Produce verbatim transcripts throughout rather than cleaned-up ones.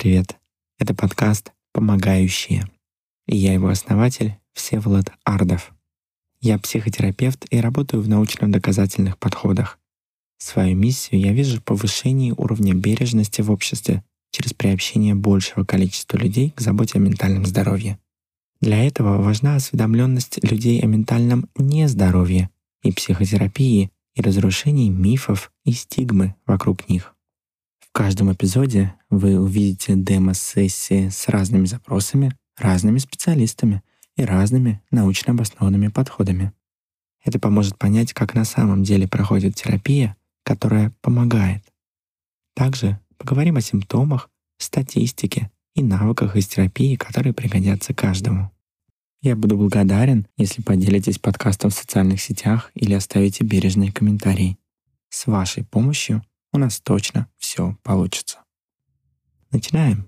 привет! Это подкаст «Помогающие». И я его основатель Всеволод Ардов. Я психотерапевт и работаю в научно-доказательных подходах. Свою миссию я вижу в повышении уровня бережности в обществе через приобщение большего количества людей к заботе о ментальном здоровье. Для этого важна осведомленность людей о ментальном нездоровье и психотерапии, и разрушении мифов и стигмы вокруг них. В каждом эпизоде вы увидите демо-сессии с разными запросами, разными специалистами и разными научно обоснованными подходами. Это поможет понять, как на самом деле проходит терапия, которая помогает. Также поговорим о симптомах, статистике и навыках из терапии, которые пригодятся каждому. Я буду благодарен, если поделитесь подкастом в социальных сетях или оставите бережные комментарии. С вашей помощью у нас точно все получится. Начинаем!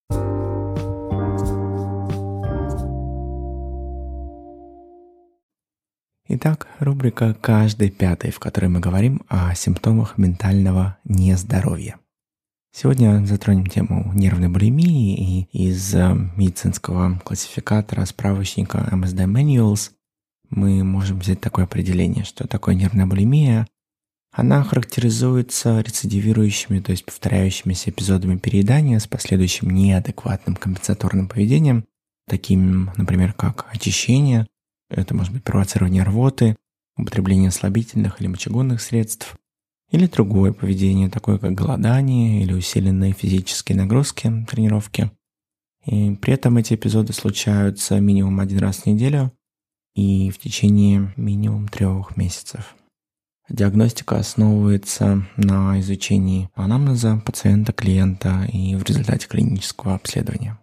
Итак, рубрика «Каждый пятый», в которой мы говорим о симптомах ментального нездоровья. Сегодня затронем тему нервной булимии, и из медицинского классификатора справочника эм эс ди Manuals мы можем взять такое определение, что такое нервная булимия. Она характеризуется рецидивирующими, то есть повторяющимися эпизодами переедания с последующим неадекватным компенсаторным поведением, таким, например, как очищение, это может быть провоцирование рвоты, употребление слабительных или мочегонных средств, или другое поведение, такое как голодание или усиленные физические нагрузки, тренировки. И при этом эти эпизоды случаются минимум один раз в неделю и в течение минимум трех месяцев. Диагностика основывается на изучении анамнеза пациента, клиента и в результате клинического обследования.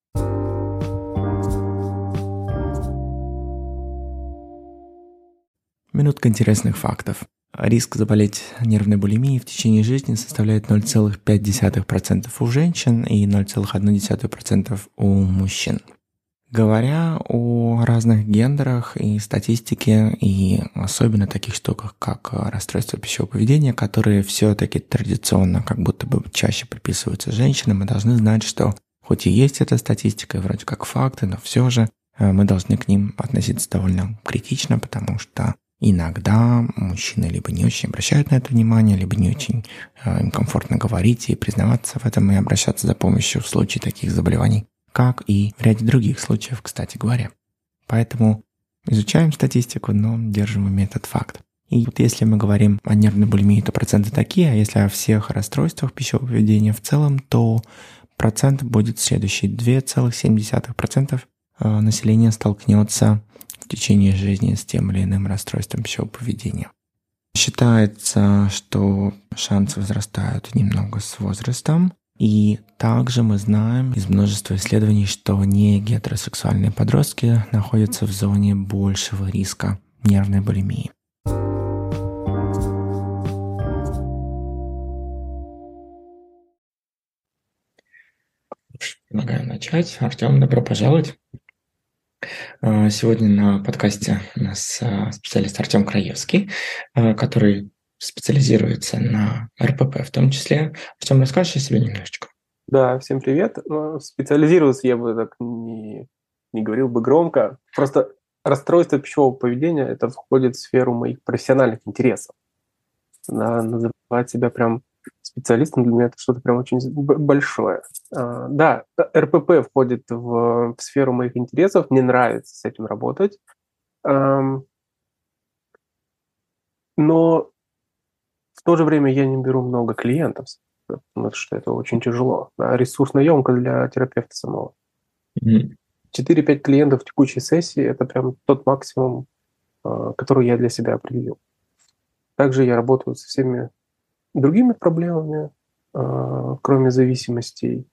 Минутка интересных фактов. Риск заболеть нервной булимией в течение жизни составляет ноль целых пять десятых процента у женщин и ноль целых одна десятая процента у мужчин. Говоря о разных гендерах и статистике, и особенно таких штуках, как расстройство пищевого поведения, которые все-таки традиционно как будто бы чаще приписываются женщинам, мы должны знать, что хоть и есть эта статистика, и вроде как факты, но все же мы должны к ним относиться довольно критично, потому что иногда мужчины либо не очень обращают на это внимание, либо не очень им комфортно говорить и признаваться в этом, и обращаться за помощью в случае таких заболеваний, как и в ряде других случаев, кстати говоря. Поэтому изучаем статистику, но держим в уме этот факт. И вот если мы говорим о нервной булимии, то проценты такие, а если о всех расстройствах пищевого поведения в целом, то процент будет следующий. две целых семь десятых процента населения столкнется в течение жизни с тем или иным расстройством пищевого поведения. Считается, что шансы возрастают немного с возрастом. И также мы знаем из множества исследований, что не гетеросексуальные подростки находятся в зоне большего риска нервной булимии. Предлагаю начать. Артем, добро пожаловать. Сегодня на подкасте у нас специалист Артем Краевский, который специализируется на эр пэ пэ в том числе. Артем, расскажешь о себе немножечко? Да, всем привет. Ну, специализироваться я бы так не, не говорил бы громко. Просто расстройство пищевого поведения – это входит в сферу моих профессиональных интересов. Да, называть себя прям специалистом для меня – это что-то прям очень большое. А, да, эр пэ пэ входит в, в сферу моих интересов, мне нравится с этим работать. А, но в то же время я не беру много клиентов, потому что это очень тяжело. Да, ресурсно емко для терапевта самого. Mm-hmm. четыре-пять клиентов в текущей сессии – это прям тот максимум, который я для себя определил. Также я работаю со всеми другими проблемами, кроме зависимостей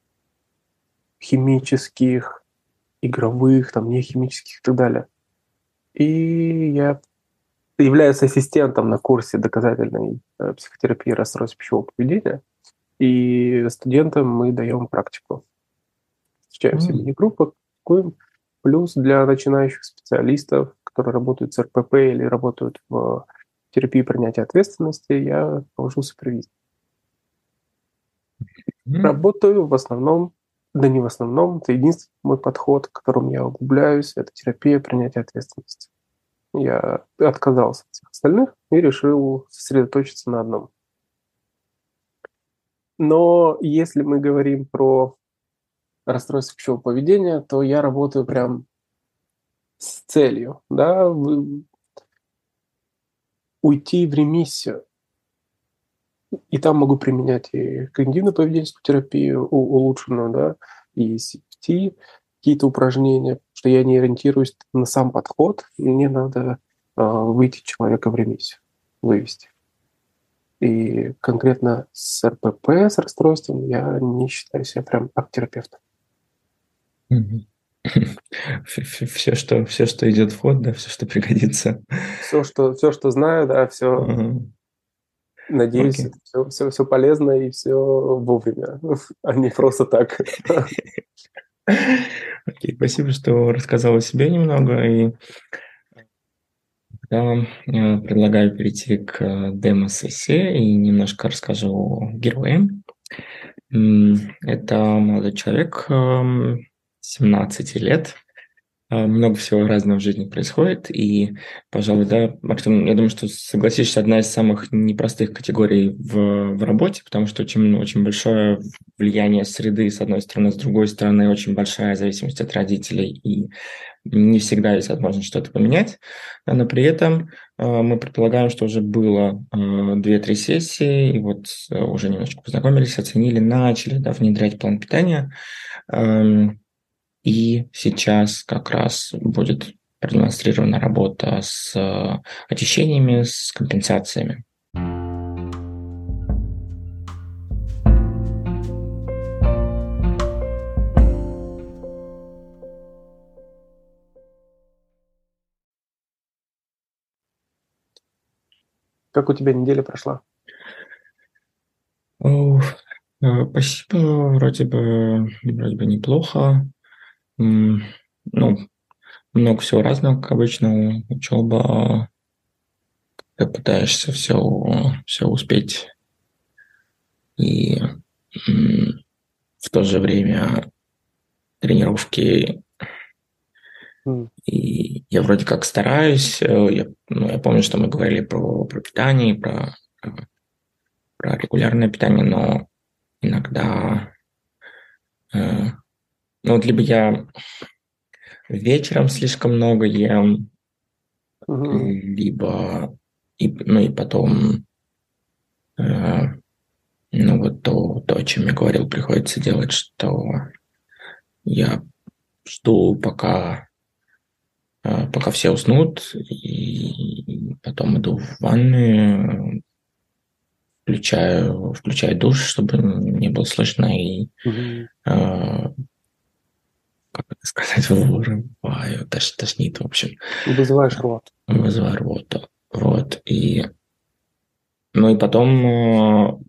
химических, игровых, там, нехимических и так далее. И я являюсь ассистентом на курсе доказательной психотерапии расстройств пищевого поведения. И студентам мы даем практику. Встречаемся mm. в мини-группах, плюс для начинающих специалистов, которые работают с эр пэ пэ или работают в терапии принятия ответственности, я провожу супервизию. Работаю в основном, да не в основном, это единственный мой подход, к которому я углубляюсь, это терапия принятия ответственности. Я отказался от всех остальных и решил сосредоточиться на одном. Но если мы говорим про расстройство пищевого поведения, то я работаю прям с целью, да, вы- уйти в ремиссию. И там могу применять и когнитивно-поведенческую терапию у- улучшенную, да, и си эф ти, какие-то упражнения, потому что я не ориентируюсь на сам подход, мне надо а, выйти человека в ремиссию, вывести. И конкретно с эр пэ пэ, с расстройством, я не считаю себя прям арт-терапевтом. Все, что, все, что идет в ход, да, все, что пригодится. Все, что, все, что знаю, да, все, Ага. надеюсь, Окей. это все, все, все полезно и все вовремя, а не просто так. Окей, спасибо, что рассказал о себе немного. И я вам э, предлагаю перейти к э, демо-сессии и немножко расскажу о герое. М, Это молодой человек, эм, семнадцати лет. Э, Много всего разного в жизни происходит, и, пожалуй, да, Артем, я думаю, что согласишься, одна из самых непростых категорий в, в работе, потому что очень, очень большое влияние среды, с одной стороны, с другой стороны, очень большая зависимость от родителей, и не всегда есть возможность что-то поменять, а, но при этом э, мы предполагаем, что уже было э, две-три сессии, и вот э, уже немножко познакомились, оценили, начали, да, внедрять план питания. Эм, и сейчас как раз будет продемонстрирована работа с э, очищениями, с компенсациями. Как у тебя неделя прошла? О, э, Спасибо, вроде бы, вроде бы неплохо. М, Ну, много всего разного, как обычно, учеба, ты пытаешься все, все успеть, и м, в то же время тренировки. М, И я вроде как стараюсь. э, Я, ну, я помню, что мы говорили про, про питание, про, про про регулярное питание, но иногда, э, ну вот либо я вечером слишком много ем, мгм, либо и, ну и потом, э, ну вот то, то, о чем я говорил, приходится делать, что я жду, пока, э, пока все уснут, и потом иду в ванную, включаю, включаю душ, чтобы не было слышно, и, мгм. э, как это сказать, вырываю, тош, тошнит, в общем, Вызываешь рвоту. вызываю рвоту. Вот, и, ну и потом э,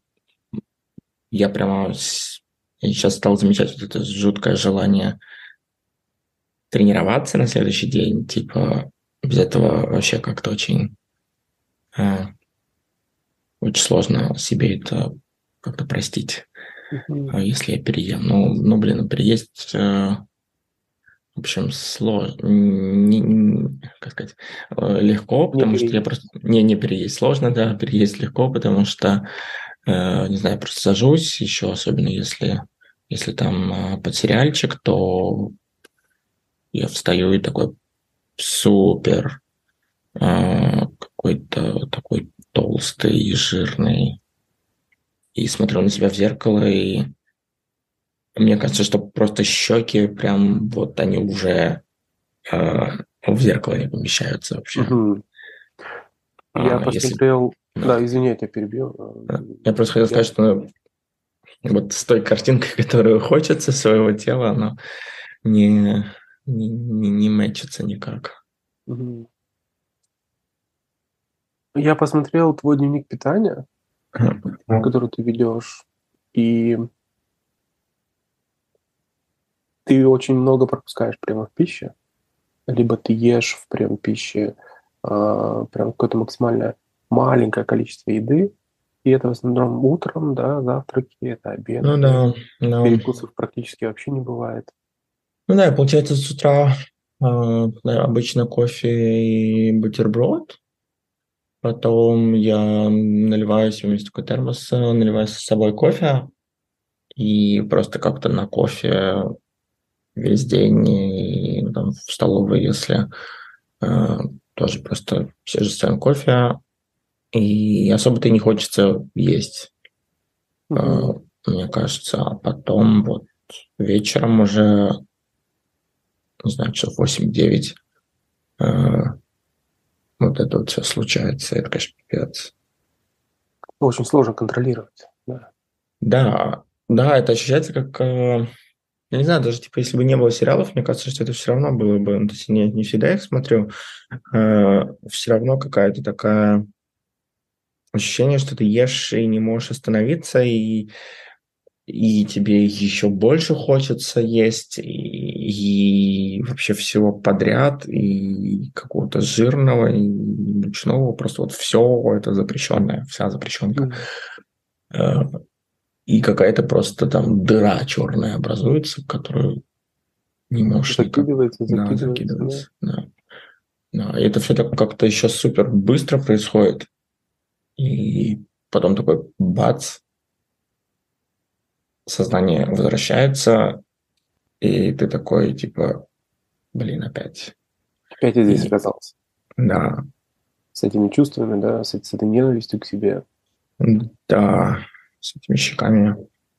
я прямо с- я сейчас стал замечать вот это жуткое желание тренироваться на следующий день, типа, без этого вообще как-то очень, э, очень сложно себе это как-то простить, Мгм. э, если я переем. Ну, ну блин, ну, переесть, э, в общем, сложно, не, не- как сказать, э, легко, Не потому что я переесть. просто, не, не переесть сложно, да, переесть легко, потому что, э, не знаю, просто сажусь, еще особенно если, если там э, под сериальчик, то я встаю и такой супер, э, какой-то такой толстый и жирный, и смотрю на себя в зеркало, и мне кажется, что просто щеки прям вот они уже э, в зеркало не помещаются вообще. Мгм. Я А если... посмотрел... Да. Да, извини, я тебя перебью. Да. Я просто хотел Я... сказать, что вот с той картинкой, которую хочется своего тела, она не, не, не, не мэчится никак. Мгм. Я посмотрел твой дневник питания, который ты ведешь, и ты очень много пропускаешь приемов пищи, либо ты ешь в прием пищи а, прям какое-то максимально маленькое количество еды, И это в основном утром, да, завтраки, это обед. Ну да, да. Перекусов практически вообще не бывает. Ну да, и получается с утра э, обычно кофе и бутерброд. Потом я наливаю себе вместо такой термос, наливаю с собой кофе и просто как-то на кофе весь день и ну, там, в столовой, если э, тоже просто сижу с своим кофе, и особо-то и не хочется есть, э, Угу. мне кажется. А потом вот вечером уже, не знаю, часов восемь-девять э, вот это вот все случается. Это, конечно, пипец. Очень сложно контролировать. Да. Да, да, это ощущается как... э, я не знаю, даже типа, если бы не было сериалов, мне кажется, что это все равно было бы... Ну, то есть не, не всегда их смотрю. Э, все равно какая-то такая ощущение, что ты ешь и не можешь остановиться, и, и тебе еще больше хочется есть, и, и вообще всего подряд, и какого-то жирного, и мучного, просто вот все это запрещенное, вся запрещенка. Мгм. Э, И какая-то просто там дыра черная образуется, которую не можешь никак, Закидывается, да, закидывается, да. закидываться. Да. Да. И это все так как-то еще супер быстро происходит. И потом такой бац, сознание возвращается, и ты такой, типа, блин, опять. Опять я здесь И оказался. да, С этими чувствами, да, с, с этой ненавистью к себе. да, с этими щеками.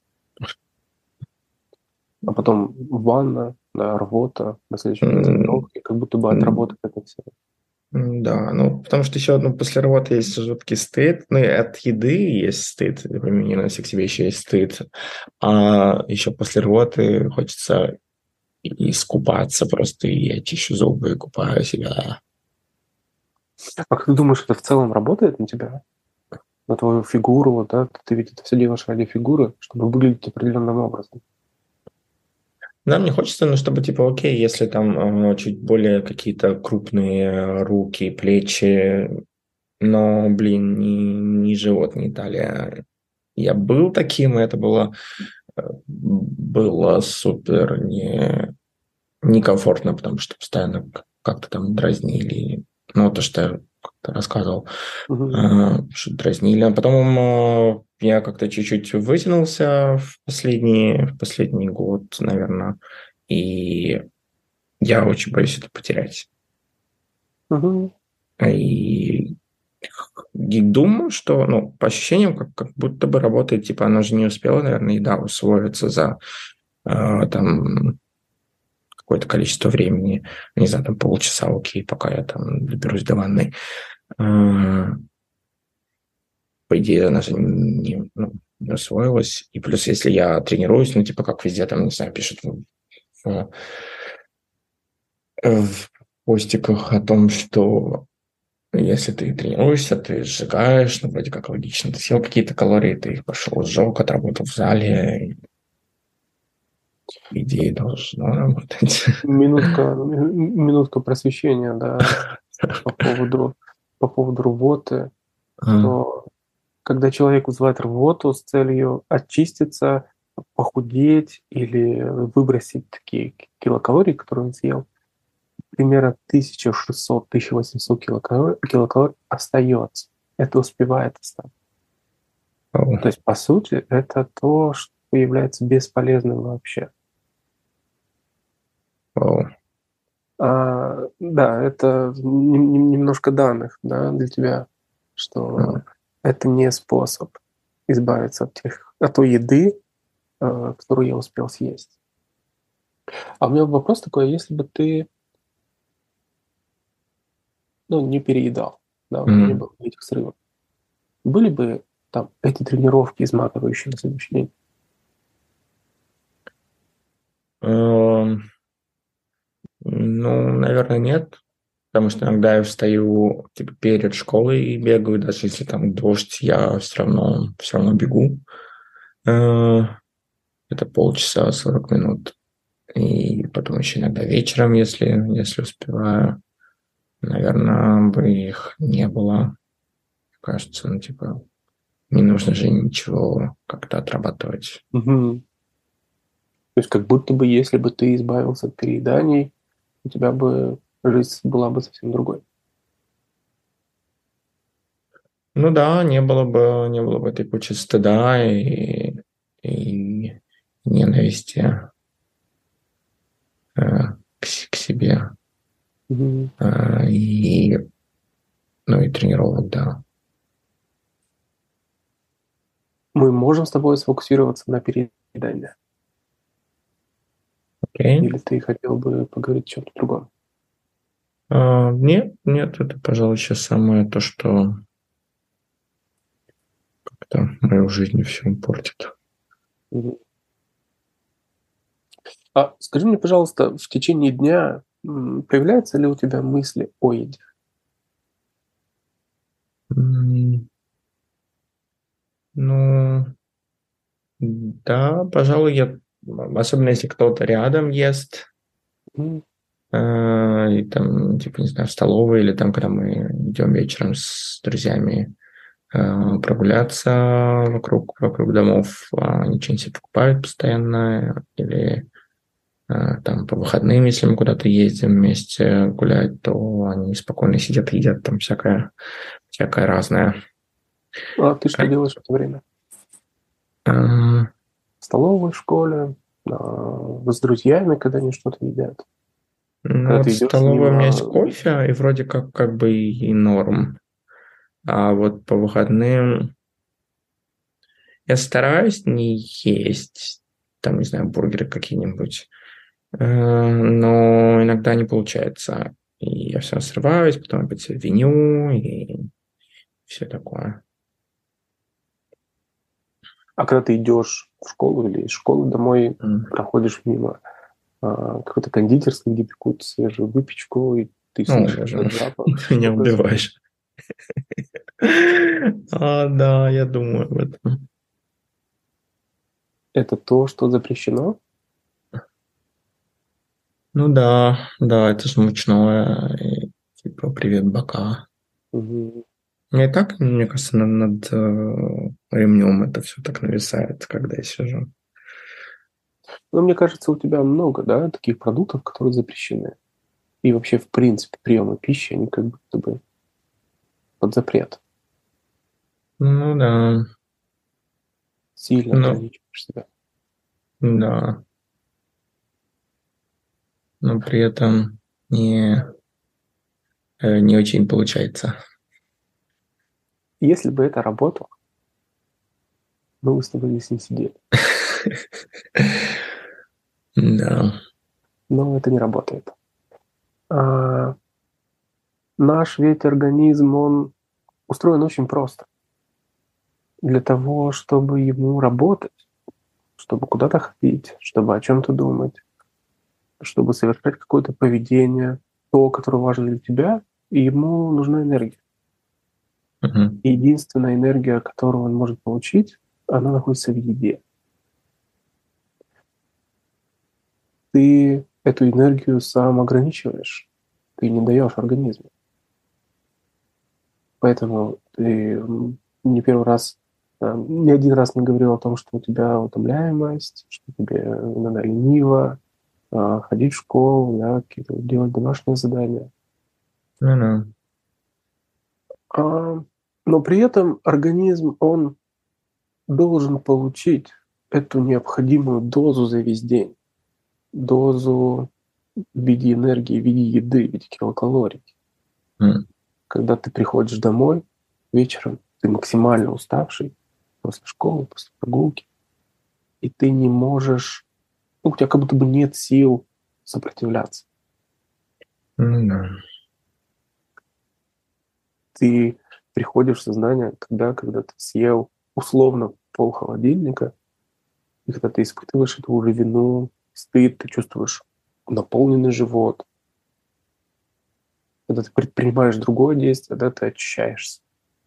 А потом ванна, да, рвота, на следующий день М, тренировки, как будто бы м, отработать это все. Да, ну, потому что еще ну, после работы есть жуткий стыд, ну, и от еды есть стыд, и помимо ненависти к себе еще есть стыд, а еще после рвоты хочется и искупаться просто, и я чищу зубы, и купаю себя. А как ты думаешь, это в целом работает на тебя? На твою фигуру, вот, да? Ты ведь это все делаешь ради фигуры, чтобы выглядеть определенным образом. Да, мне хочется, ну, чтобы, типа, окей, если там э, чуть более какие-то крупные руки, плечи, но, блин, не, не живот, не талия. Я был таким, и это было, э, было супер не, некомфортно, потому что постоянно к- как-то там дразнили. Ну, то, что я как-то рассказывал, э, Мгм. что дразнили. А потом э, я как-то чуть-чуть вытянулся в последний, в последний год, наверное, и я очень боюсь это потерять. Мгм. И, и думаю, что, ну, по ощущениям, как, как будто бы работает, типа, она же не успела, наверное, и да, усвоиться за э, там какое-то количество времени, не знаю, там полчаса, окей, пока я там доберусь до ванной. А, По идее, она же не, ну, не усвоилась. И плюс, если я тренируюсь, ну, типа, как везде, там, не знаю, пишут в, в, в постиках о том, что если ты тренируешься, ты сжигаешь, ну, вроде как логично, ты съел какие-то калории, ты их пошел, сжег, отработал в зале, по идее, должно работать. Минутка, м- минутка просвещения, да, по поводу, по поводу рвоты, А, что когда человек вызывает рвоту с целью очиститься, похудеть или выбросить такие килокалории, которые он съел, примерно тысяча шестьсот - тысяча восемьсот килокалорий, килокалорий остается. Это успевает остаться. ау, То есть, по сути, это то, что является бесполезным вообще. ау, А, да, это нем- нем- немножко данных, да, для тебя, что ау. это не способ избавиться от тех, от той еды, э, которую я успел съесть. А у меня вопрос такой: а если бы ты, ну, не переедал, да, у тебя не М. было этих срывов, были бы там эти тренировки изматывающие на следующий день? Эм, Ну, наверное, нет. Потому что иногда я встаю типа перед школой и бегаю, даже если там дождь, я все равно, все равно бегу. Э, Это полчаса, сорок минут. И потом еще иногда вечером, если, если успеваю. Наверное, бы их не было. Кажется, ну, типа, Не нужно же ничего как-то отрабатывать. Угу. То есть как будто бы, если бы ты избавился от перееданий, у тебя бы жизнь была бы совсем другой. Ну да, не было бы, не было бы этой кучи стыда и, и ненависти э, к, с- к себе. Угу. Э, и, ну и тренировок, да. Мы можем с тобой сфокусироваться на переедании? Окей. Или ты хотел бы поговорить о чем-то другом? А, нет, нет, это, пожалуй, сейчас самое то, что как-то мою жизнь все портит. Мгм. А скажи мне, пожалуйста, в течение дня м, появляются ли у тебя мысли о еде? М, Ну, да, пожалуй, я, особенно если кто-то рядом ест, М, э, и там, типа, не знаю, в столовой, или там, когда мы идем вечером с друзьями э, прогуляться вокруг, вокруг домов, а они что-нибудь себе покупают постоянно, или э, там по выходным, если мы куда-то ездим вместе гулять, то они спокойно сидят и едят там всякое, всякое разное. А ты что делаешь в это время? Э, В столовой, в школе, а, с друзьями, когда они что-то едят? Ну, Когда вот ты в идешь столовой у меня есть мимо... кофе, и вроде как, как бы и, и норм. А вот по выходным я стараюсь не есть, там, не знаю, бургеры какие-нибудь. Э, но иногда не получается. И я все срываюсь, потом опять себя виню и все такое. А когда ты идешь в школу или из школы домой, М. проходишь мимо а, какой-то кондитерской, где пекут свежую выпечку, и ты Ну, слышишь боже, этот запах, ты меня что происходит? убиваешь. А, да, я думаю об этом. Это то, что запрещено? Ну да, да, это же мучное. И, типа, привет, бока. Мгм. Не так, мне кажется, над, над э, ремнем это все так нависает, когда я сижу. Но мне кажется, у тебя много, да, таких продуктов, которые запрещены. И вообще, в принципе, приемы пищи, они как будто бы под запрет. Ну да, Сильно ну ограничиваешь себя. да, но при этом не, э, не очень получается. Если бы это работало, мы бы с тобой здесь не сидели. Да. Но это не работает. А наш ведь организм, он устроен очень просто. Для того, чтобы ему работать, чтобы куда-то ходить, чтобы о чем-то думать, чтобы совершать какое-то поведение, то, которое важно для тебя, и ему нужна энергия. Мгм. И единственная энергия, которую он может получить, она находится в еде. Ты эту энергию сам ограничиваешь, ты не даешь организму. Поэтому ты м, не первый раз, а, не один раз не говорил о том, что у тебя утомляемость, что тебе иногда лениво а, ходить в школу, да, какие-то делать домашние задания. Ну-ну. А, но при этом организм, он должен получить эту необходимую дозу за весь день, дозу в виде энергии, в виде еды, в виде килокалорий. М. Когда ты приходишь домой вечером, ты максимально уставший после школы, после прогулки, и ты не можешь, ну, у тебя как будто бы нет сил сопротивляться. Ну да. Ты приходишь в сознание тогда, когда ты съел условно пол холодильника, и когда ты испытываешь эту уже вину, стыд, ты чувствуешь наполненный живот. Когда ты предпринимаешь другое действие, тогда ты очищаешься.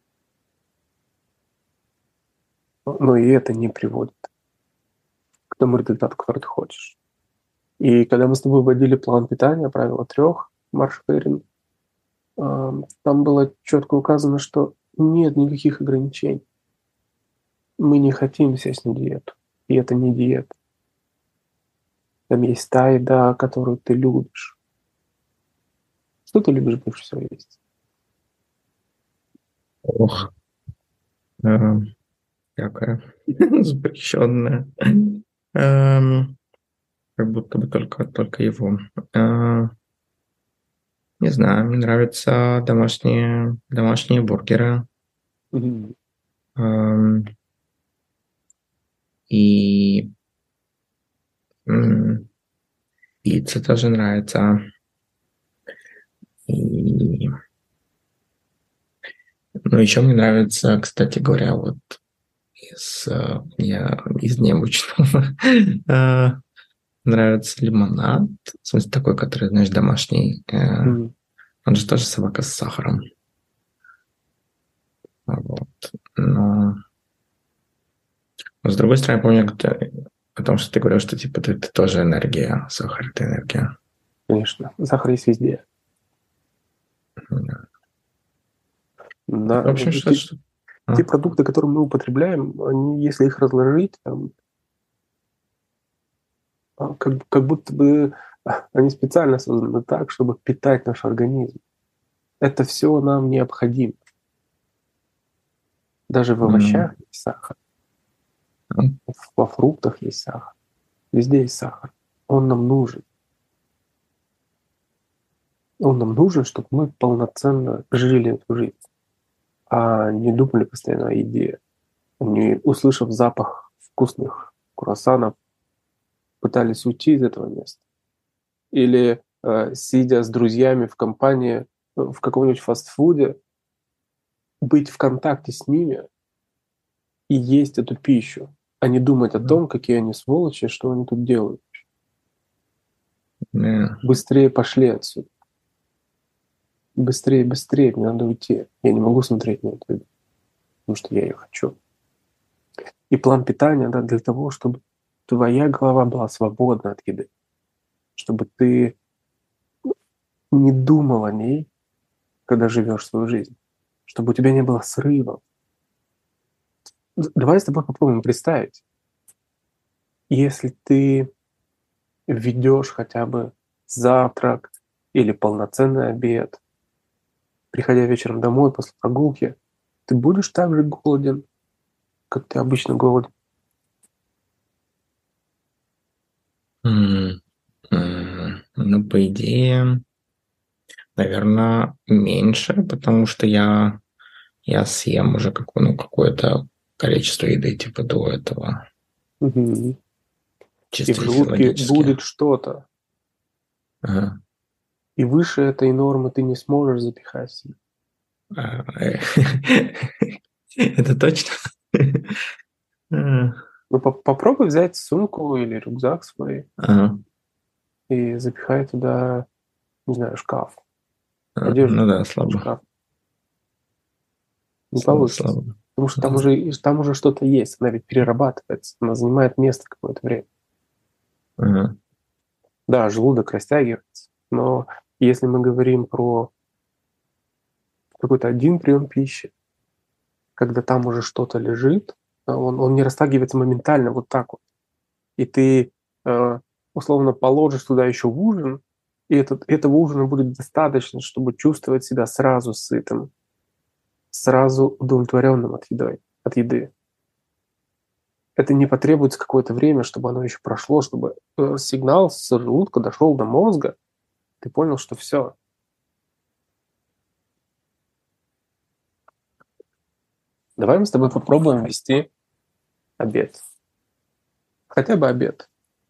Но и это не приводит к тому результату, который ты хочешь. И когда мы с тобой вводили план питания, правило трех, Маршферин, там было четко указано, что нет никаких ограничений. мы не хотим сесть на диету. И это не диета. Там есть та еда, которую ты любишь. Что ты любишь больше всего есть? Ох, э, какая запрещенная. Эм, Как будто бы только, только его. Э, Не знаю, мне нравятся домашние, домашние бургеры. Мгм. Эм, И м, пицца тоже нравится. И, ну, еще мне нравится, кстати говоря, вот из, э, я из необычного э, нравится лимонад. В смысле, такой, который, знаешь, домашний. Э, Мгм. Он же тоже собака с сахаром. Вот. Но, но с другой стороны, я помню, как о том, что ты говорил, что типа ты, ты тоже энергия, сахар это энергия. Конечно. Сахар есть везде. Да. Да. В общем, Ну, что, те, что... те А? продукты, которые мы употребляем, они, если их разложить, там, а, как, как будто бы а, они специально созданы так, чтобы питать наш организм. Это все нам необходимо. Даже в М, овощах есть сахар, а, во фруктах есть сахар, везде есть сахар. Он нам нужен. Он нам нужен, чтобы мы полноценно жили эту жизнь, а не думали постоянно о еде. Не услышав запах вкусных круассанов, пытались уйти из этого места. Или э, сидя с друзьями в компании э, в каком-нибудь фастфуде, быть в контакте с ними и есть эту пищу, а не думать о том, какие они сволочи, что они тут делают. да. Быстрее пошли отсюда. Быстрее, быстрее, мне надо уйти. Я не могу смотреть на эту еду, потому что я ее хочу. И план питания, да, для того, чтобы твоя голова была свободна от еды, чтобы ты не думал о ней, когда живешь свою жизнь, чтобы у тебя не было срывов. Давай с тобой попробуем представить, если ты ведешь хотя бы завтрак или полноценный обед, приходя вечером домой после прогулки, ты будешь так же голоден, как ты обычно голоден. М, м, Ну, по идее, наверное, меньше, потому что я, я съем уже какое, ну, какое-то количество еды типа до этого, Мгм. И чисто в желудке физиологически. будет что-то, Ага. и выше этой нормы ты не сможешь запихать себе. А, э, Это точно? А, Ну, по- попробуй взять сумку или рюкзак свой ага. и запихай туда, не знаю, шкаф, А, одежду, Ну да, слабо. шкаф. Не Слабо, получится. слабо. Потому что там уже, там уже что-то есть, она ведь перерабатывается, она занимает место какое-то время. Ага. Да, желудок растягивается, но если мы говорим про какой-то один прием пищи, когда там уже что-то лежит, а он, он не растягивается моментально вот так вот, и ты э, условно положишь туда еще ужин, и этот, этого ужина будет достаточно, чтобы чувствовать себя сразу сытым, сразу удовлетворенным от еды. От еды. Это не потребуется какое-то время, чтобы оно еще прошло, чтобы э, сигнал с желудка дошел до мозга, ты понял, что все. Давай мы с тобой попробуем вести обед. Хотя бы обед.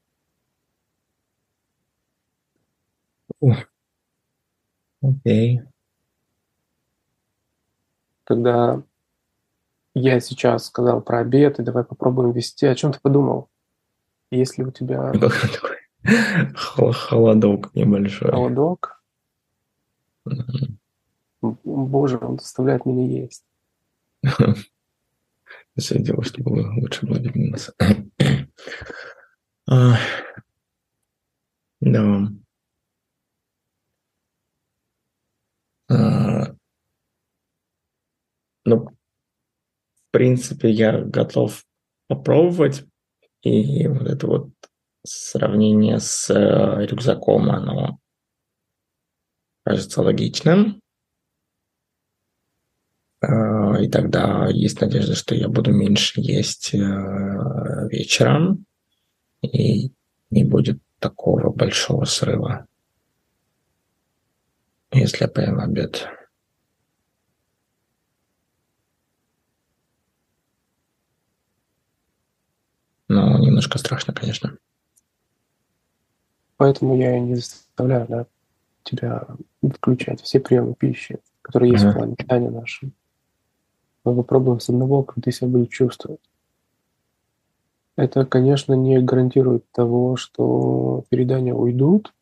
О, окей. Когда я сейчас сказал про обед, и давай попробуем вести, о чем ты подумал? Если у тебя Какой такой хо- холодок небольшой. холодок, Мгм. м, боже, он заставляет меня есть. Все дело, чтобы было- лучше было видно нас. А, Да. А, Ну, принципе, я готов попробовать. И вот это вот сравнение с э, рюкзаком, оно кажется логичным. Э, И тогда есть надежда, что я буду меньше есть э, вечером, и не будет такого большого срыва, если я поем обед. Но немножко страшно, конечно. Поэтому я и не заставляю, да, тебя включать все приемы пищи, которые есть в Ага. плане питания нашем. Мы попробуем с одного, как ты себя будешь чувствовать. Это, конечно, не гарантирует того, что передания уйдут,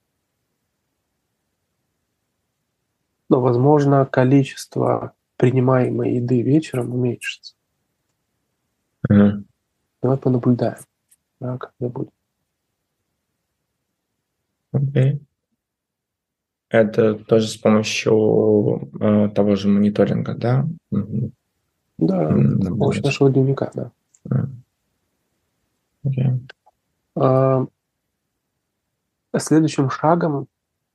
но, возможно, количество принимаемой еды вечером уменьшится. Ага. Давай понаблюдаем, да, как это будет. Окей. Это тоже с помощью э, того же мониторинга, да? Мгм. Да, М, с помощью наблюдать. нашего дневника, да. А, окей. А, следующим шагом,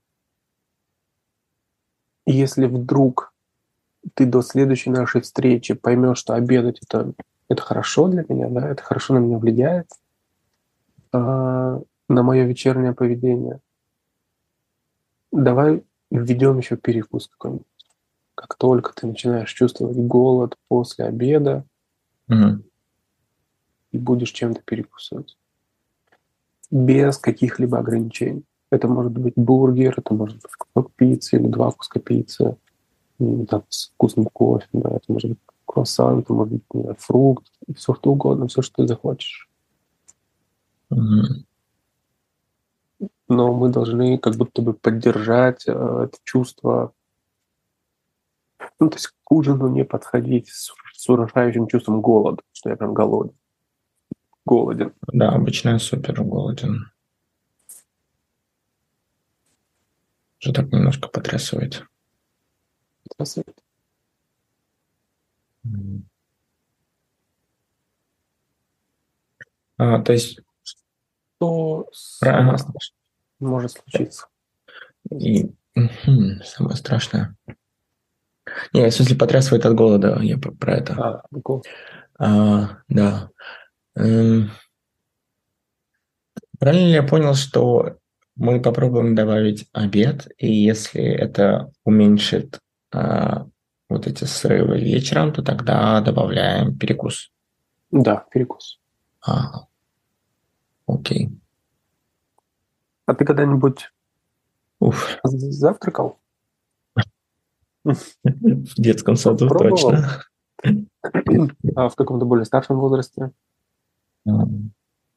если вдруг ты до следующей нашей встречи поймешь, что обедать это, это хорошо для меня, да, это хорошо на меня влияет, а, на мое вечернее поведение, давай введем еще перекус какой-нибудь. Как только ты начинаешь чувствовать голод после обеда Мгм. и будешь чем-то перекусывать, без каких-либо ограничений. Это может быть бургер, это может быть кусок пиццы или два куска пиццы, м, там, с вкусным кофе, да, это может быть круассан, это может быть, не знаю, фрукт, все что угодно, все, что ты захочешь. Мгм. Но мы должны как будто бы поддержать э, это чувство, ну, то есть к ужину не подходить с, с урожающим чувством голода, что я прям голоден. голоден. Да, обычно я супер голоден. Уже так немножко потрясывает. Мгм. А, то есть Что самое про- страшное может случиться? и мгм, самое страшное. Не, в смысле, потрясывает от голода, я про, про это. А, голод. А, да. Эм, правильно ли я понял, что мы попробуем добавить обед, и если это уменьшит а, вот эти срывы вечером, то тогда добавляем перекус. Да, перекус. А, окей. А ты когда-нибудь Уф. завтракал? В детском саду Пробовал? точно. А в каком-то более старшем возрасте? Ам,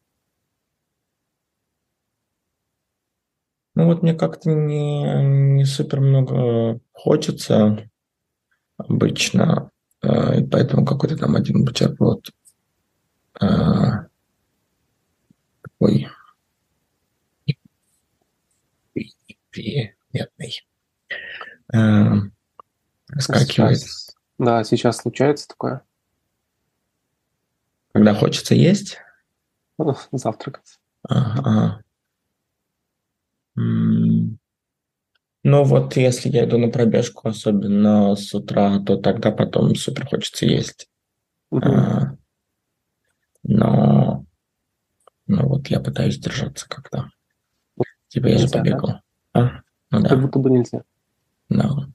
Ну вот мне как-то не, не супер много хочется обычно, э, и поэтому какой-то там один бутерброд э, такой приятный э, раскакивает. Сейчас, да, сейчас случается такое. Когда хочется есть, Завтракать. ага. М, Ну вот если я иду на пробежку, особенно с утра, то тогда потом супер хочется есть. Мгм. А, но, но вот я пытаюсь держаться как-то. Типа я же Нельзя, да? побегал. А? Ну Как да, будто бы нельзя. да.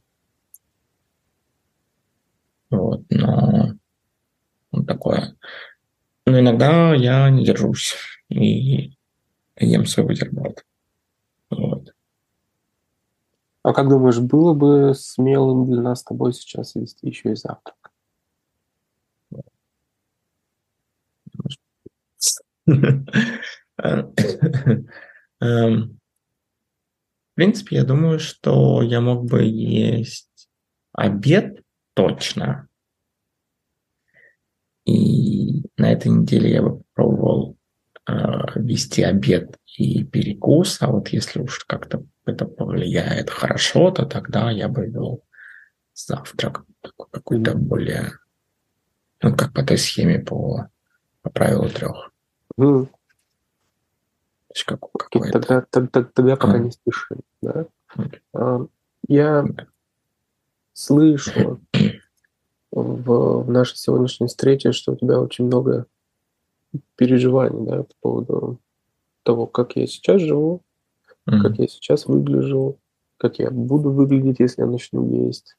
Вот, но вот такое. Но иногда я не держусь и ем свой бутерброд. Вот. А как думаешь, было бы смелым для нас с тобой сейчас вести еще и завтрак? Эм, В принципе, я думаю, что я мог бы есть обед точно. И на этой неделе я бы попробовал э, вести обед и перекус. А вот если уж как-то это повлияет хорошо, то тогда я бы вел завтрак такой какой-то Мгм. более Ну, как по той схеме, по, по правилу трех. Mm. То есть как, Тогда, тогда, тогда пока а. не спеши. Да? Okay. А, я okay. слышу в, в нашей сегодняшней встрече, что у тебя очень много переживаний, да, по поводу того, как я сейчас живу, mm-hmm. как я сейчас выгляжу, как я буду выглядеть, если я начну есть.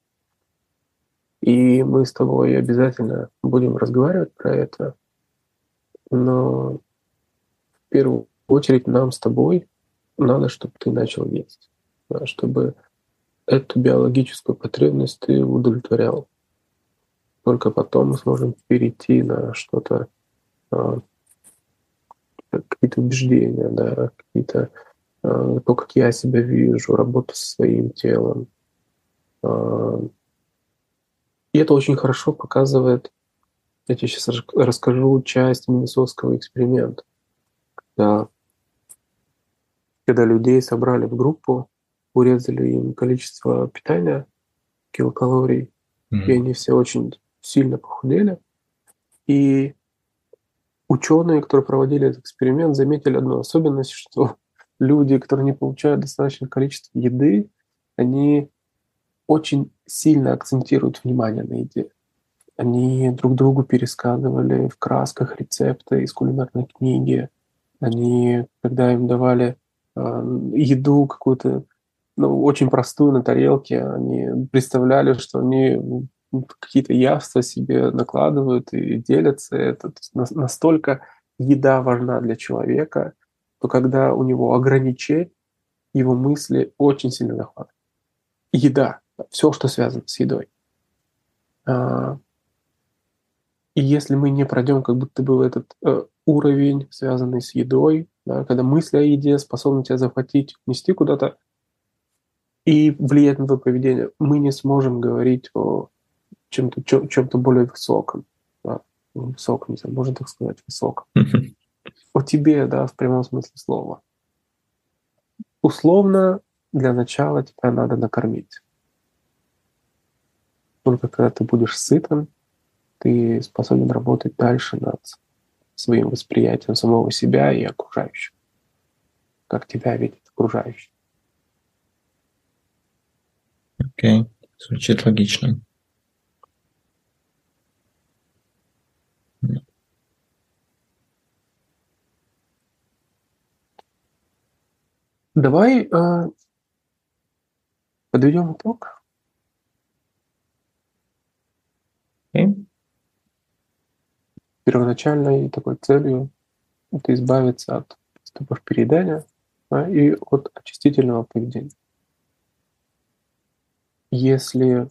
И мы с тобой обязательно будем разговаривать про это. Но в первую очередь нам с тобой надо, чтобы ты начал есть. Да, чтобы эту биологическую потребность ты удовлетворял. Только потом мы сможем перейти на что-то, какие-то убеждения, да, какие-то то, как я себя вижу, работу со своим телом. И это очень хорошо показывает, я тебе сейчас расскажу часть миннесотского эксперимента. Когда, когда людей собрали в группу, урезали им количество питания, килокалорий, mm-hmm. и они все очень сильно похудели. И ученые, которые проводили этот эксперимент, заметили одну особенность, что люди, которые не получают достаточное количество еды, они очень сильно акцентируют внимание на еде. Они друг другу пересказывали в красках рецепты из кулинарной книги. Они, когда им давали э, еду какую-то, ну, очень простую на тарелке, они представляли, что они какие-то явства себе накладывают и делятся. Это настолько еда важна для человека, то когда у него ограничение, его мысли очень сильно захватывают. Еда, все, что связано с едой. И если мы не пройдем как будто бы этот э, уровень, связанный с едой, да, когда мысли о еде способны тебя захватить, нести куда-то и влиять на твое поведение, мы не сможем говорить о чем-то, чем- чем-то более высоком. Да, высоком, можно так сказать, высоком. О тебе, да, в прямом смысле слова. Условно, для начала тебя надо накормить. Только когда ты будешь сытым, ты способен работать дальше над своим восприятием самого себя и окружающих. Как тебя видят окружающие. Окей, okay. Звучит логично. Давай э, подведем итог. Okay. Первоначальной такой целью это избавиться от приступов переедания, да, и от очистительного поведения. Если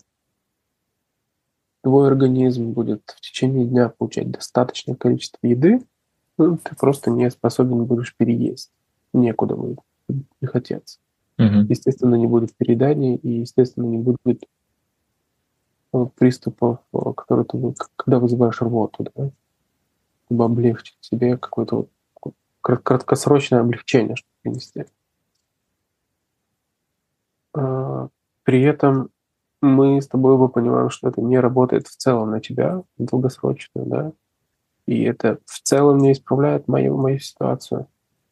твой организм будет в течение дня получать достаточное количество еды, ну, ты просто не способен будешь переесть. Некуда будет не хотеться. Uh-huh. Естественно, не будет переедания, и, естественно, не будет приступов, которые ты, когда вызываешь рвоту, да, чтобы облегчить себе какое-то краткосрочное облегчение, чтобы принести. При этом мы с тобой оба понимаем, что это не работает в целом на тебя, долгосрочно, да, и это в целом не исправляет мою, мою ситуацию.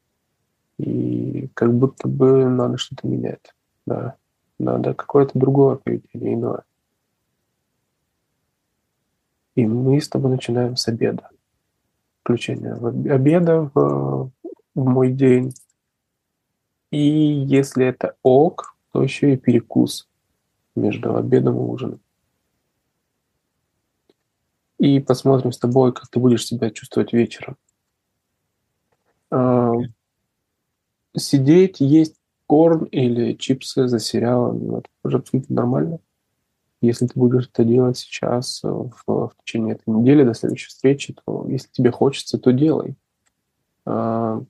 И как будто бы надо что-то менять, да, надо какое-то другое поведение, иное. И мы с тобой начинаем с обеда. Включение обеда в, в мой день. И если это ок, то еще и перекус между обедом и ужином. И посмотрим с тобой, как ты будешь себя чувствовать вечером. Okay. Сидеть, есть корм или чипсы за сериалом, это уже абсолютно нормально. Если ты будешь это делать сейчас в, в течение этой недели до следующей встречи, то если тебе хочется, то делай. Но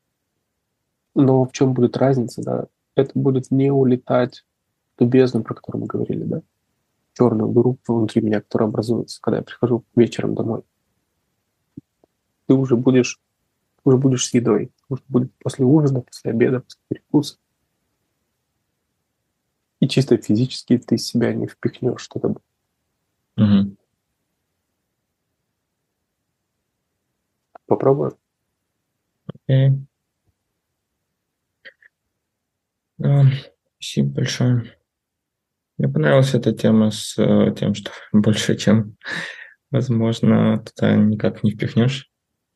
в чем будет разница, да? Это будет не улетать в ту бездну, про которую мы говорили, да? Черную дыру внутри меня, которая образуется, когда я прихожу вечером домой. Ты уже будешь, уже будешь с едой. Уже будет после ужина, после обеда, после перекуса. И чисто физически ты себя не впихнешь что-то. Угу. попробуем. Окей. Да, спасибо большое. Мне понравилась эта тема с э, тем, что больше, чем возможно, туда никак не впихнешь.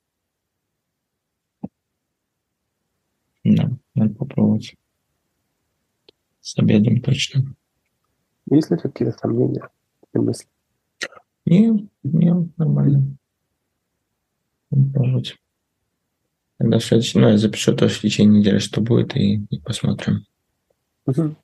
Да, надо попробовать. С обедом точно. Есть ли какие-то сомнения и мысли? Не, не, нормально. Надо пробовать. Тогда в следующем, ну, я запишу тоже в течение недели, что будет, и, и посмотрим. Мгм.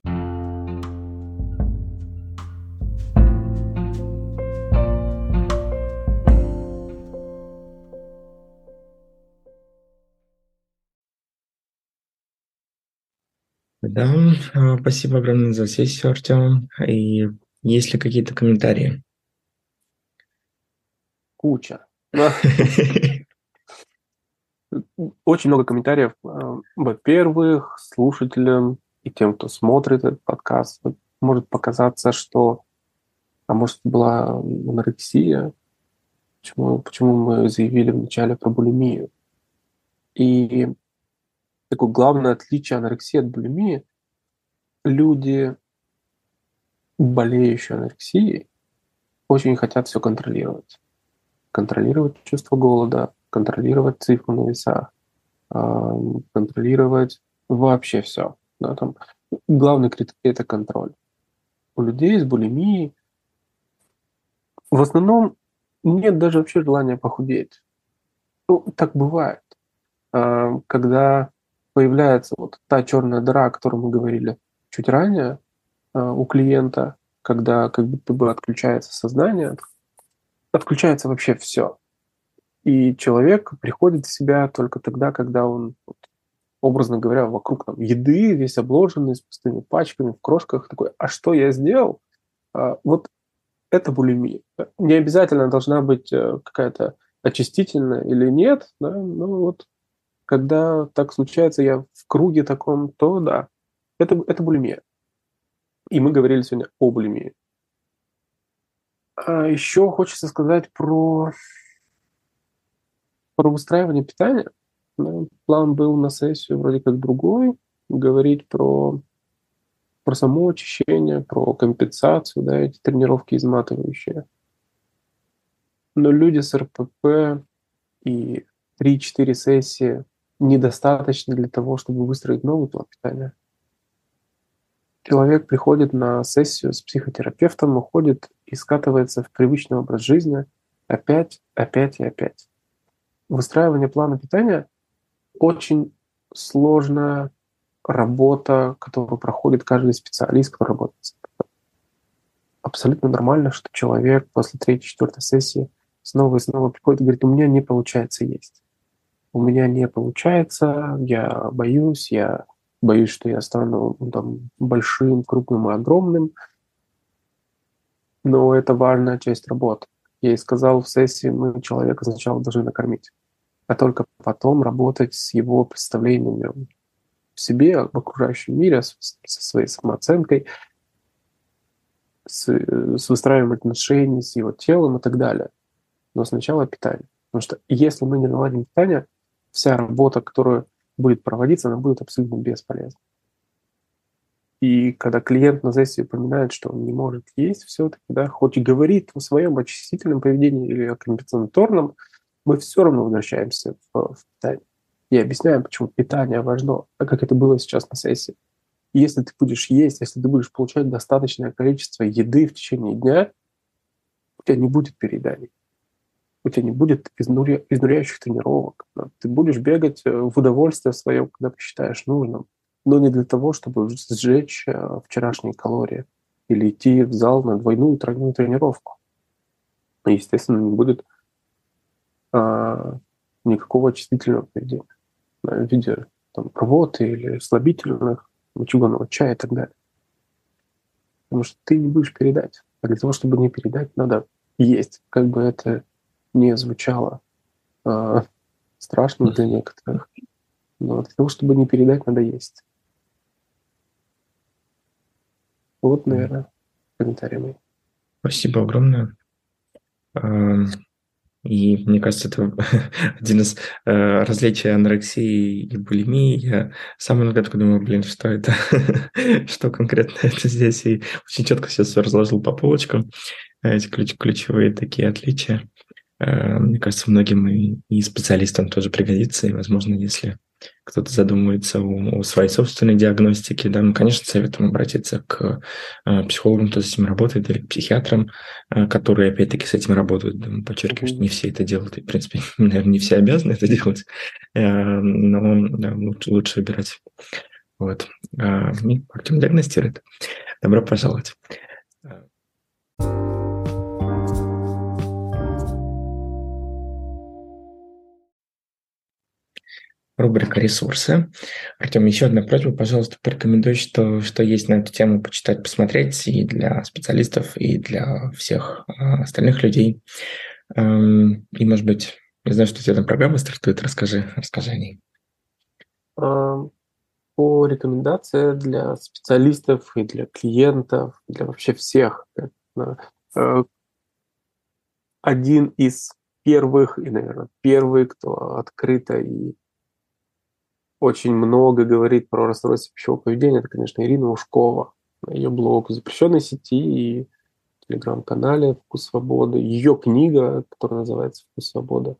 Да, э, спасибо огромное за сессию, Артем. И есть ли какие-то комментарии? Куча. Да. Очень много комментариев. Э, Во-первых, слушателям и тем, кто смотрит этот подкаст, вот может показаться, что, а может, была анорексия, почему, почему мы заявили вначале про булимию. И такое главное отличие анорексии от булимии — люди, болеющие анорексией, очень хотят все контролировать. Контролировать чувство голода, контролировать цифру на весах, ам, контролировать вообще все. Да, там главный критерий — это контроль. У людей с булимией в основном нет даже вообще желания похудеть. Ну, так бывает. А, Когда появляется вот та черная дыра, о которой мы говорили чуть ранее, а, у клиента, когда как будто бы отключается сознание, отключается вообще все. И человек приходит в себя только тогда, когда он, вот, образно говоря, вокруг там еды, весь обложенный, с пустыми пачками, в крошках, такой: а что я сделал? А, Вот это булимия. Не обязательно должна быть э, какая-то очистительная или нет, да, но вот когда так случается, я в круге таком, то да, это, это булимия. И мы говорили сегодня о булимии. А еще хочется сказать про, про выстраивание питания. Да, план был на сессию вроде как другой, говорить про, про самоочищение, про компенсацию, да, эти тренировки изматывающие. Но люди с эр пэ пэ и три-четыре сессии недостаточно для того, чтобы выстроить новый план питания. Человек приходит на сессию с психотерапевтом, уходит и скатывается в привычный образ жизни опять, опять и опять. Выстраивание плана питания — очень сложная работа, которую проходит каждый специалист, кто работает с этим. Абсолютно нормально, что человек после третьей-четвертой сессии снова и снова приходит и говорит: у меня не получается есть. У меня не получается, я боюсь, я боюсь, что я стану, ну, там, большим, крупным и огромным. Но это важная часть работы. Я и сказал в сессии, мы человека сначала должны накормить, а только потом работать с его представлениями о себе, об окружающем мире, с- со своей самооценкой, с, с выстраиванием отношений с его телом и так далее. Но сначала питание. Потому что если мы не наладим питание, вся работа, которая будет проводиться, она будет абсолютно бесполезна. И когда клиент на сессии упоминает, что он не может есть все-таки, да, хоть и говорит о своем очистительном поведении или о компенсаторном, мы все равно возвращаемся в, в питание. И объясняем, почему питание важно, так как это было сейчас на сессии. И если ты будешь есть, если ты будешь получать достаточное количество еды в течение дня, у тебя не будет перееданий, у тебя не будет изнуря... изнуряющих тренировок. Да. Ты будешь бегать э, в удовольствие свое, когда посчитаешь нужным, но не для того, чтобы сжечь э, вчерашние калории или идти в зал на двойную, тройную тренировку. И, естественно, не будет а, никакого очистительного поведения, да, в виде там, рвоты или слабительных, мочегонного чая и так далее. Потому что ты не будешь передать. А для того, чтобы не передать, надо есть. Как бы это ни звучало а, страшно для некоторых. Но для того, чтобы не передать, надо есть. Вот, наверное, комментарий мой. Спасибо огромное. Ам, И мне кажется, это один из э, различий анорексии и булимии. Я сам иногда такой думаю, блин, что это? Что конкретно это здесь? И очень четко сейчас все разложил по полочкам, эти ключ- ключевые такие отличия. Э, Мне кажется, многим и, и специалистам тоже пригодится. И, возможно, если кто-то задумывается о, о своей собственной диагностике, да, мы, конечно, советуем обратиться к э, психологам, кто с этим работает, или к психиатрам, э, которые, опять-таки, с этим работают. Да, мы подчеркиваем, что Мгм. не все это делают, и, в принципе, наверное, не все обязаны это делать, э, но да, лучше, лучше выбирать. Вот. А, и Артем диагностирует. Добро пожаловать. Рубрика «Ресурсы». Артем, еще одна просьба, пожалуйста, порекомендуй, что, что есть на эту тему почитать, посмотреть и для специалистов, и для всех а, остальных людей. Эм, И, может быть, я знаю, что у тебя там программа стартует, расскажи, расскажи о ней. А, По рекомендации для специалистов и для клиентов, для вообще всех. Это, э, один из первых и, наверное, первый, кто открыто и очень много говорит про расстройство пищевого поведения, это, конечно, Ирина Ушкова. Ее блог в запрещенной сети и в телеграм-канале «Вкус свободы». Ее книга, которая называется «Вкус свободы»,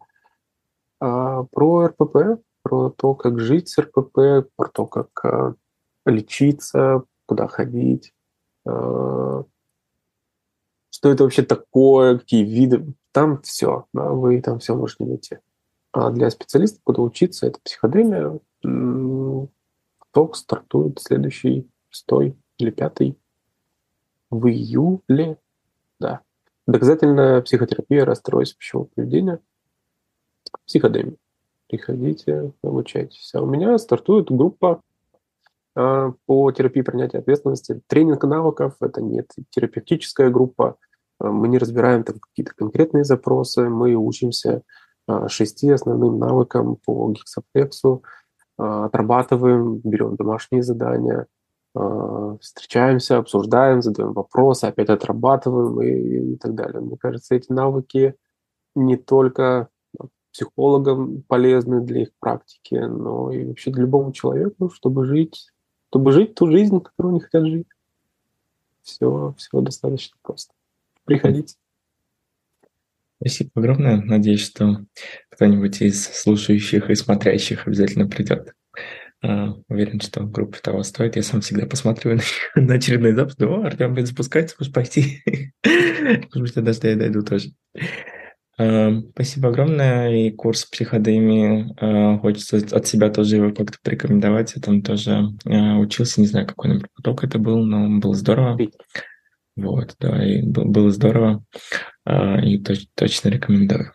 а, про эр пэ пэ, про то, как жить с эр пэ пэ, про то, как а, лечиться, куда ходить, а, что это вообще такое, какие виды. Там все, да, вы там все можете найти. А для специалистов, куда учиться, это психодемия. М, Ток стартует следующий, шестой или пятый в июле. Да. Доказательная психотерапия расстройств пищевого поведения. Психодемия. Приходите, обучайтесь. А у меня стартует группа а, по терапии принятия ответственности. Тренинг навыков– это не терапевтическая группа. А, Мы не разбираем там какие-то конкретные запросы. Мы учимся а, шести основным навыкам по гексафлексу, а, отрабатываем, берем домашние задания, а, встречаемся, обсуждаем, задаем вопросы, опять отрабатываем и, и так далее. Мне кажется, эти навыки не только психологам полезны для их практики, но и вообще для любому человеку, чтобы жить, чтобы жить ту жизнь, которую они хотят жить. Все, все достаточно просто. Приходите. Спасибо огромное. Надеюсь, что кто-нибудь из слушающих и смотрящих обязательно придет. А, Уверен, что группа того стоит. Я сам всегда посматриваю на, на очередной запуск. О, Артем будет запускаться, может пойти. Может быть, я даже я дойду тоже. А, Спасибо огромное. И курс психодемии а, хочется от себя тоже его как-то порекомендовать. Я там тоже а, учился, не знаю, какой номер поток это был, но было здорово. Вот, да, и б- было здорово. А, И точ- точно рекомендую.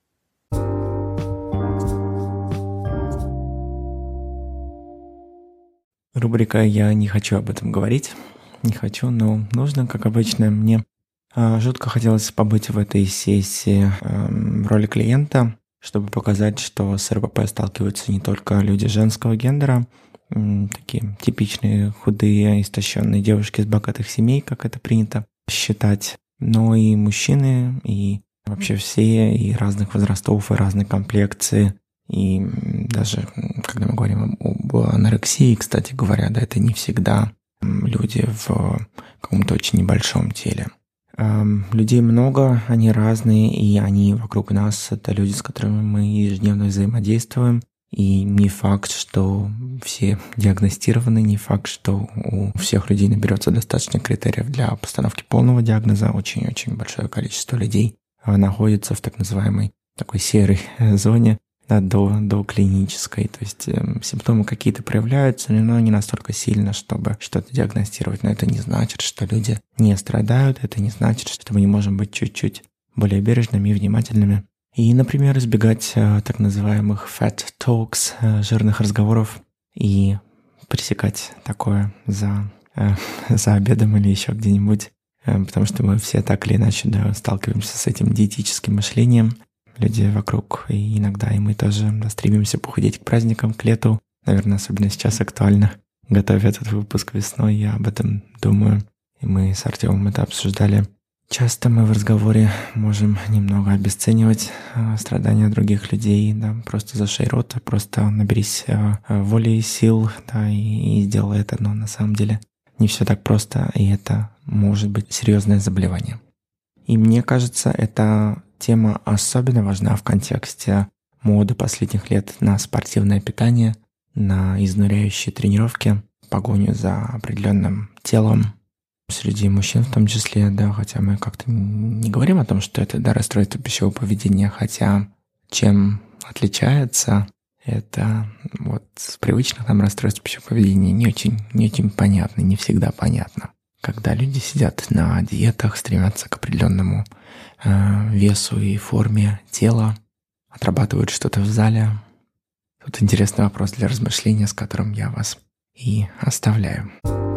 Рубрика «Я не хочу об этом говорить». Не хочу, но нужно, как обычно. Мне а, жутко хотелось побыть в этой сессии эм, в роли клиента, чтобы показать, что с эр пэ пэ сталкиваются не только люди женского гендера, м, такие типичные худые, истощенные девушки из богатых семей, как это принято считать, но и мужчины, и вообще все, и разных возрастов, и разной комплекции. И м, даже м, когда мы говорим об анорексии, кстати говоря, да, это не всегда м, люди в каком-то очень небольшом теле. Эм, Людей много, они разные, и они вокруг нас. Это люди, с которыми мы ежедневно взаимодействуем. И не факт, что все диагностированы, не факт, что у всех людей наберется достаточно критериев для постановки полного диагноза. Очень-очень большое количество людей э, находится в так называемой такой серой э, зоне, да, до, до клинической. То есть э, симптомы какие-то проявляются, но не настолько сильно, чтобы что-то диагностировать. Но это не значит, что люди не страдают, это не значит, что мы не можем быть чуть-чуть более бережными и внимательными. И, например, избегать э, так называемых fat talks, э, жирных разговоров, и пресекать такое за, э, за обедом или еще где-нибудь, э, потому что мы все так или иначе, да, сталкиваемся с этим диетическим мышлением. Люди вокруг, и иногда и мы тоже да, стремимся похудеть к праздникам, к лету. Наверное, особенно сейчас актуально. Готовя этот выпуск весной, я об этом думаю. И мы с Артемом это обсуждали Часто мы в разговоре можем немного обесценивать э, страдания других людей, да, просто зашей рот, просто наберись э, воли и сил, да, и, и сделай это, но на самом деле не все так просто, и это может быть серьезное заболевание. И мне кажется, эта тема особенно важна в контексте моды последних лет на спортивное питание, на изнуряющие тренировки, погоню за определенным телом, среди мужчин в том числе, да, хотя мы как-то не говорим о том, что это, да, расстройство пищевого поведения, хотя чем отличается это вот с привычных нам расстройств пищевого поведения не очень, не очень понятно, не всегда понятно. Когда люди сидят на диетах, стремятся к определенному э, весу и форме тела, отрабатывают что-то в зале. Тут интересный вопрос для размышления, с которым я вас и оставляю.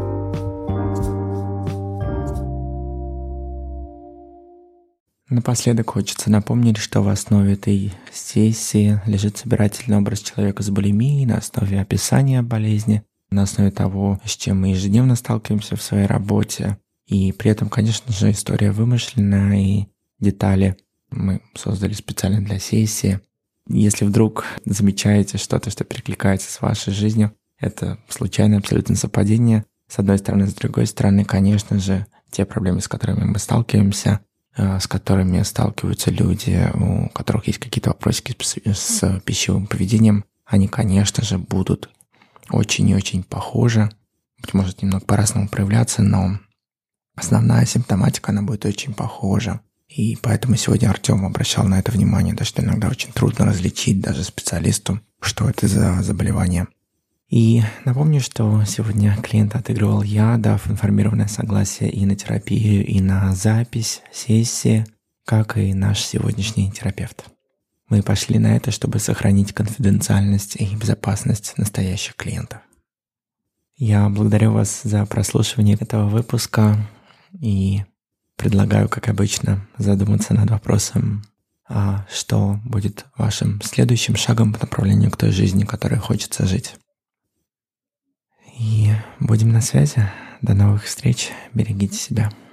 Напоследок хочется напомнить, что в основе этой сессии лежит собирательный образ человека с булимией на основе описания болезни, на основе того, с чем мы ежедневно сталкиваемся в своей работе. И при этом, конечно же, история вымышленная, и детали мы создали специально для сессии. Если вдруг замечаете что-то, что перекликается с вашей жизнью, это случайное абсолютно совпадение. С одной стороны, с другой стороны, конечно же, те проблемы, с которыми мы сталкиваемся, с которыми сталкиваются люди, у которых есть какие-то вопросики с пищевым поведением, они, конечно же, будут очень и очень похожи. Быть может, немного по-разному проявляться, но основная симптоматика, она будет очень похожа. И поэтому сегодня Артем обращал на это внимание, да, что иногда очень трудно различить даже специалисту, что это за заболевание. И напомню, что сегодня клиента отыгрывал я, дав информированное согласие и на терапию, и на запись сессии, как и наш сегодняшний терапевт. Мы пошли на это, чтобы сохранить конфиденциальность и безопасность настоящих клиентов. Я благодарю вас за прослушивание этого выпуска и предлагаю, как обычно, задуматься над вопросом, а что будет вашим следующим шагом по направлению к той жизни, которой хочется жить. И будем на связи. До новых встреч. Берегите себя.